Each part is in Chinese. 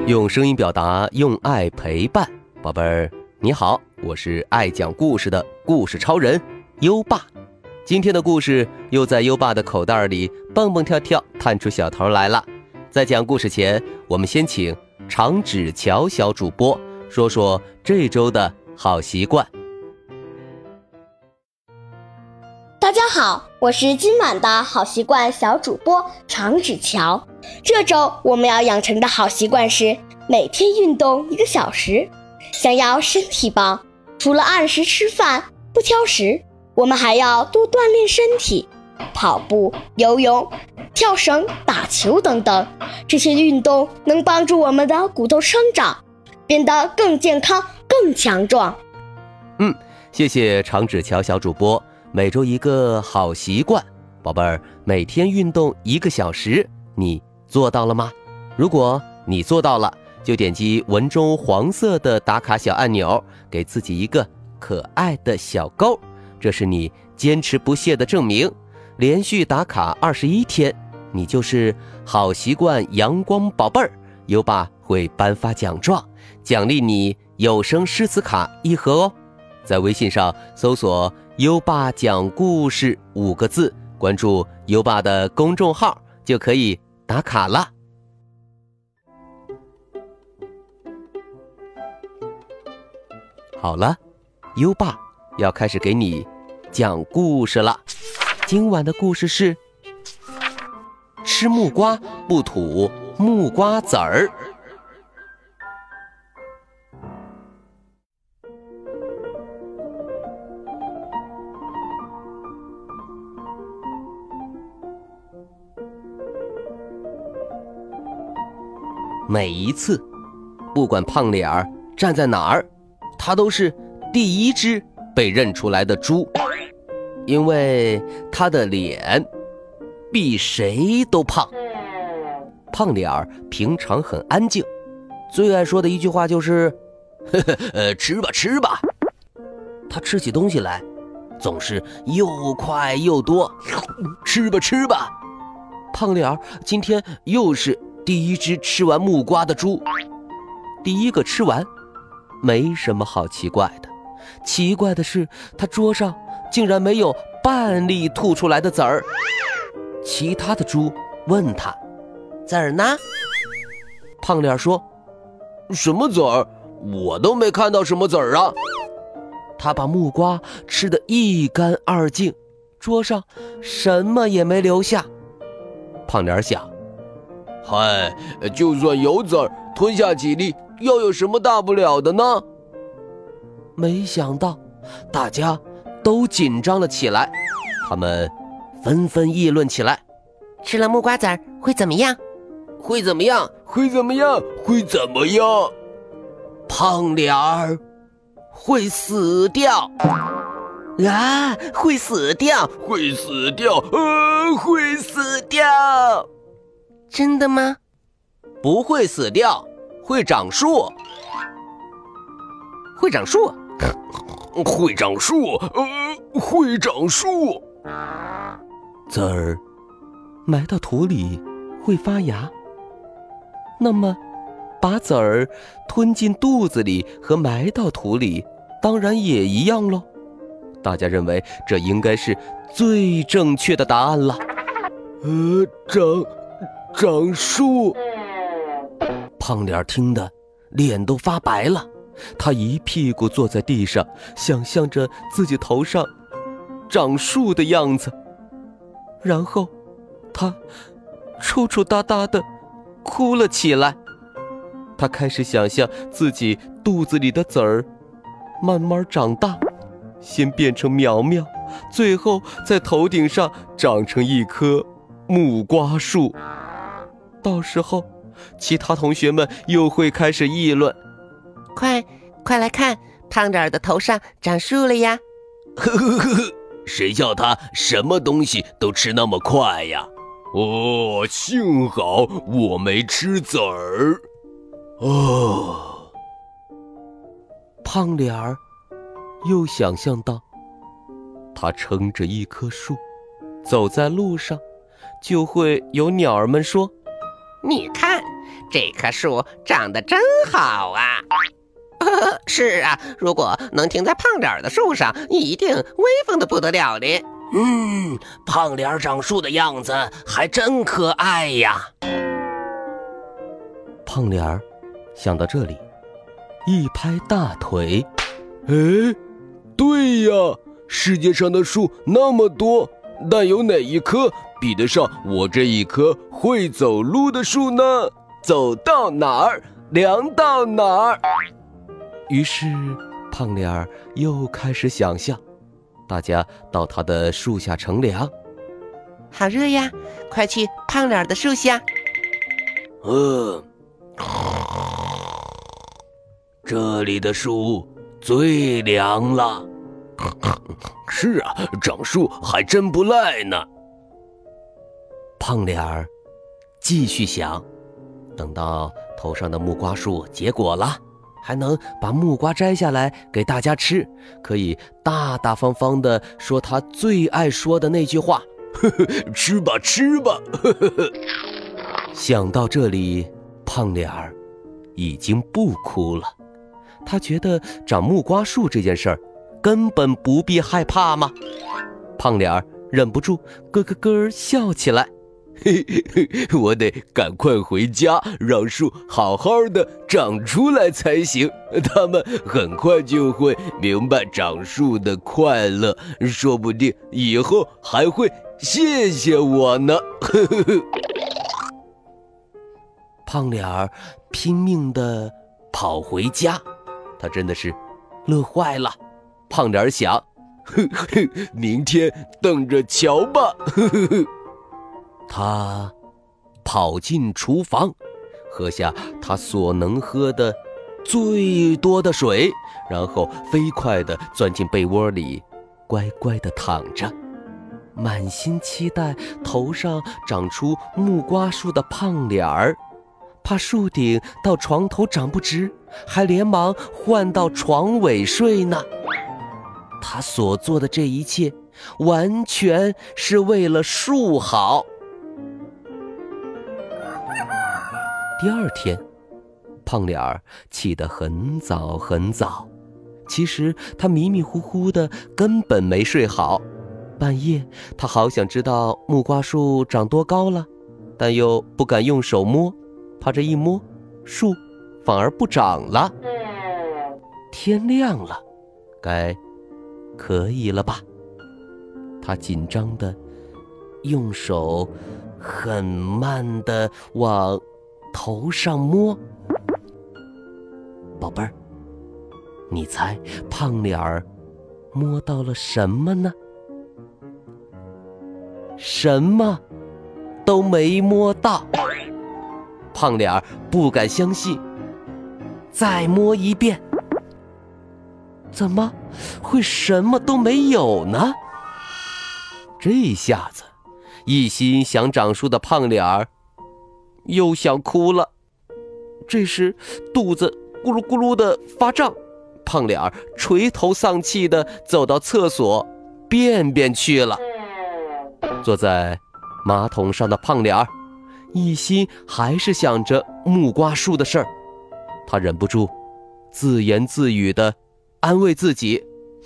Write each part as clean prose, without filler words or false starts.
用声音表达，用爱陪伴。宝贝儿，你好，我是爱讲故事的故事超人优爸。今天的故事又在优爸的口袋里蹦蹦跳跳探出小头来了。在讲故事前，我们先请长指乔小主播说说这周的好习惯。 大家好，我是今晚的好习惯小主播长指乔。这周我们要养成的好习惯是每天运动1个小时。想要身体棒，除了按时吃饭不挑食，我们还要多锻炼身体，跑步、游泳、跳绳、打球等等，这些运动能帮助我们的骨头生长，变得更健康更强壮。 谢谢长指乔小主播。每周一个好习惯，宝贝儿，每天运动1个小时，你做到了吗？如果你做到了，就点击文中黄色的打卡小按钮，给自己一个可爱的小勾，这是你坚持不懈的证明。连续打卡21天，你就是好习惯阳光宝贝儿。优爸会颁发奖状，奖励你有声诗词卡1盒哦。在微信上搜索优爸讲故事5个字，关注优爸的公众号就可以打卡了。好了，优爸要开始给你讲故事了。今晚的故事是吃木瓜不吐木瓜籽儿。每一次，不管胖脸儿站在哪儿，他都是第一只被认出来的猪，因为他的脸比谁都胖。胖脸儿平常很安静，最爱说的一句话就是呵呵，吃吧吃吧。他吃起东西来总是又快又多，吃吧吃吧。胖脸儿今天又是第一只吃完木瓜的猪。第一个吃完没什么好奇怪的，奇怪的是他桌上竟然没有半粒吐出来的籽儿。其他的猪问他，籽儿呢？胖脸说，什么籽儿？我都没看到什么籽儿啊。他把木瓜吃得一干二净，桌上什么也没留下。胖脸想，嗨，就算有籽儿，吞下几粒又有什么大不了的呢？没想到大家都紧张了起来，他们纷纷议论起来，吃了木瓜籽儿会怎么样？会怎么样？会怎么样？会怎么样？胖脸儿会死掉啊！会死掉！会死掉！会死掉！真的吗？不会死掉，会长树。会长树？会长树？会长树。籽儿埋到土里会发芽，那么把籽儿吞进肚子里和埋到土里当然也一样咯。大家认为这应该是最正确的答案了。长树。胖脸听得脸都发白了，他一屁股坐在地上，想象着自己头上长树的样子，然后他抽抽搭搭地哭了起来。他开始想象自己肚子里的籽儿慢慢长大，先变成苗苗，最后在头顶上长成一棵木瓜树。到时候其他同学们又会开始议论，快来看，胖点儿的头上长树了呀。呵呵呵呵，谁叫他什么东西都吃那么快呀？哦，幸好我没吃籽儿。胖脸儿又想象到，他撑着一棵树，走在路上，就会有鸟儿们说：“你看， 这棵树长得真好啊！是啊，如果能停在胖脸的树上，一定威风的不得了的。 胖脸长树的样子还真可爱呀。胖脸儿想到这里，一拍大腿，对呀，世界上的树那么多，但有哪一棵比得上我这一棵会走路的树呢？走到哪儿，凉到哪儿。于是胖脸儿又开始想象，大家到他的树下乘凉。 好热呀，快去胖脸的树下。 这里的树最凉了。是啊，长树还真不赖呢。胖脸儿继续想，等到头上的木瓜树结果了，还能把木瓜摘下来给大家吃，可以大大方方地说他最爱说的那句话：吃吧吃吧。想到这里，胖脸儿已经不哭了。他觉得长木瓜树这件事儿根本不必害怕嘛。胖脸儿忍不住咯咯咯笑起来。我得赶快回家，让树好好的长出来才行。他们很快就会明白长树的快乐，说不定以后还会谢谢我呢。胖脸儿拼命地跑回家，他真的是乐坏了。胖脸儿想，明天等着瞧吧。他跑进厨房，喝下他所能喝的最多的水，然后飞快地钻进被窝里，乖乖地躺着，满心期待头上长出木瓜树的胖脸儿。怕树顶到床头长不直，还连忙换到床尾睡呢。他所做的这一切，完全是为了树好。第二天，胖脸儿起得很早很早，其实他迷迷糊糊的，根本没睡好。半夜，他好想知道木瓜树长多高了，但又不敢用手摸，怕这一摸，树反而不长了。天亮了，该可以了吧？他紧张地用手很慢地往头上摸。宝贝儿，你猜胖脸儿摸到了什么呢？什么都没摸到。胖脸儿不敢相信，再摸一遍，怎么会什么都没有呢？这下子，一心想长树的胖脸儿又想哭了。这时肚子咕噜咕噜的发胀，胖脸儿垂头丧气地走到厕所便便去了。坐在马桶上的胖脸儿一心还是想着木瓜树的事儿，他忍不住自言自语地安慰自己：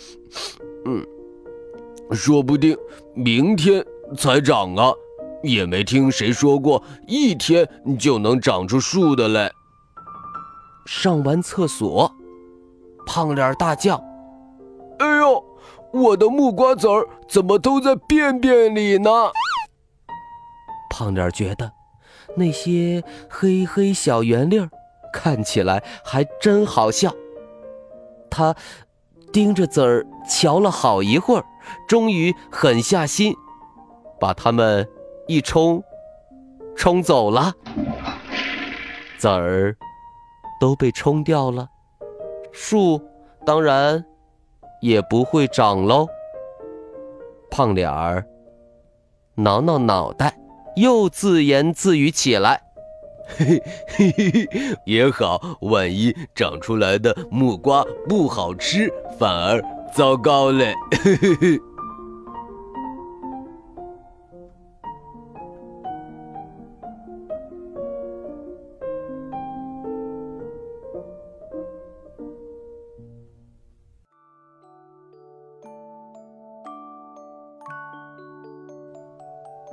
说不定明天才长啊，也没听谁说过一天就能长出树的嘞。上完厕所，胖脸大叫：哎呦，我的木瓜籽儿怎么都在便便里呢？胖脸觉得那些黑黑小圆粒儿看起来还真好笑。他盯着籽儿瞧了好一会儿，终于狠下心，把它们一冲走了。籽儿都被冲掉了，树当然也不会长喽。胖脸儿挠挠脑袋，又自言自语起来：嘿嘿嘿嘿，也好，万一长出来的木瓜不好吃，反而糟糕嘞。嘿嘿嘿。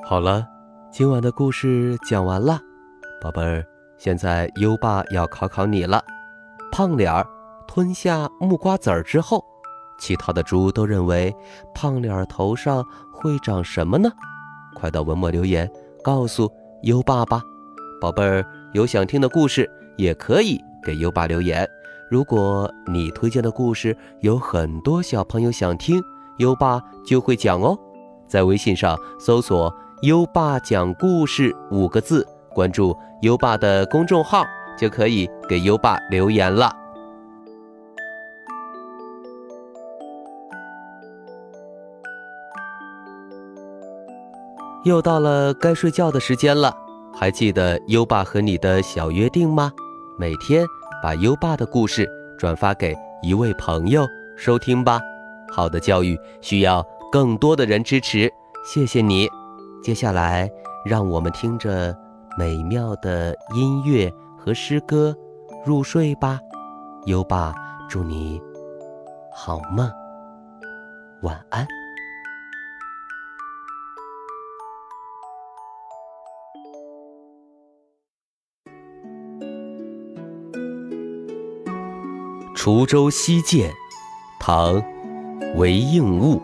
好了，今晚的故事讲完了，宝贝儿，现在优爸要考考你了。胖脸儿吞下木瓜籽儿之后，其他的猪都认为胖脸儿头上会长什么呢？快到文末留言告诉优爸吧。宝贝儿，有想听的故事也可以给优爸留言。如果你推荐的故事有很多小朋友想听，优爸就会讲哦。在微信上搜索优爸讲故事5个字，关注优爸的公众号，就可以给优爸留言了。又到了该睡觉的时间了，还记得优爸和你的小约定吗？每天把优爸的故事转发给一位朋友收听吧。好的教育需要更多的人支持，谢谢你。接下来让我们听着美妙的音乐和诗歌入睡吧。优爸祝你好梦，晚安。滁州西涧，唐·韦应物。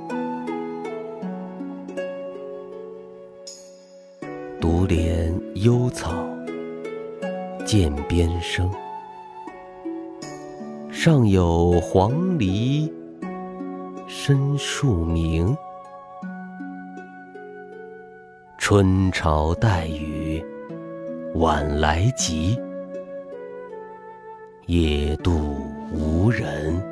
独怜幽草涧边生，上有黄鹂深树鸣。春潮带雨晚来急，野渡无人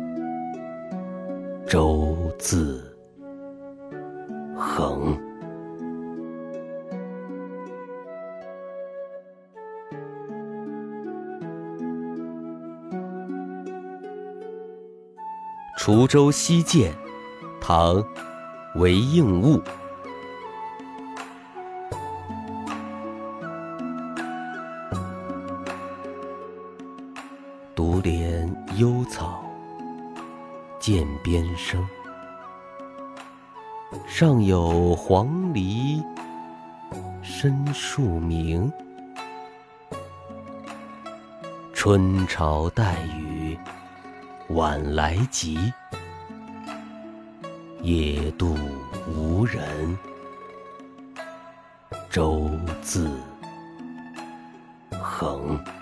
舟自横。滁州西涧，唐·韦应物。独怜幽草涧边生，上有黄鹂深树鸣。春潮带雨晚来急，野渡无人舟自横。